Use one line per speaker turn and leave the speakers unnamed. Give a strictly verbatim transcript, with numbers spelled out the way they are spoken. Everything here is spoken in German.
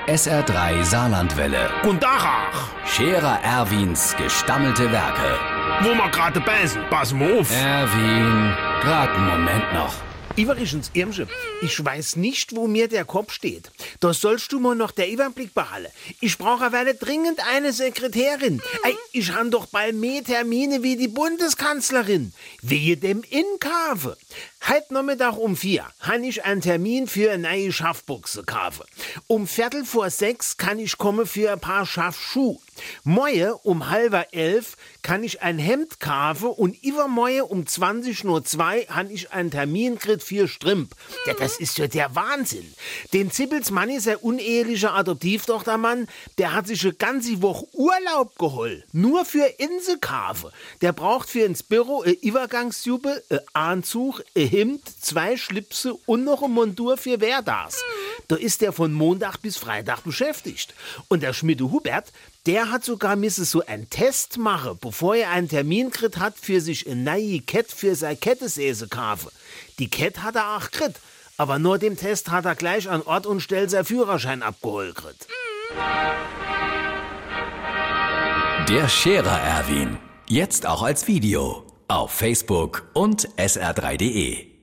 S R drei Saarlandwelle.
Guten Tag.
Scherer Erwins gestammelte Werke.
Wo wir gerade beißen, pass mal auf.
Erwin, grad einen Moment noch.
Übrigens, Irmsche, ich weiß nicht, wo mir der Kopf steht. Da sollst du mal noch der Überblick behalten. Ich brauche aber dringend eine Sekretärin. Ey, ich han doch bald mehr Termine wie die Bundeskanzlerin. Wehe dem Inkave. Heute Nachmittag um vier han ich einen Termin für eine neue Schaffbuchse kaufen. Um Viertel vor sechs kann ich kommen für ein paar Schaffschuh. Morgen um halber elf kann ich ein Hemd kaufen und übermorgen um zwanzig Uhr zwei han ich einen Termin gekriegt für Strimp. Ja, das ist ja der Wahnsinn. Dem Zippels Manni, sein unehelicher Adoptivtochtermann, der hat sich eine ganze Woche Urlaub geholt. Nur für Insekaufe. Der braucht für ins Büro eine Übergangsjuppe, ein Anzug, ein Hemd, zwei Schlipse und noch eine Montur für Werdas. Da ist der von Montag bis Freitag beschäftigt. Und der Schmiede Hubert, der hat sogar müssen so einen Test machen, bevor er einen Termin gekriegt hat, für sich eine neue Kette für seine Kettesäse kaufen. Die Kette hat er auch gekriegt, aber nur dem Test hat er gleich an Ort und Stelle seinen Führerschein abgeholt gekriegt.
Der Scherer Erwin. Jetzt auch als Video. Auf Facebook und S R drei punkt de.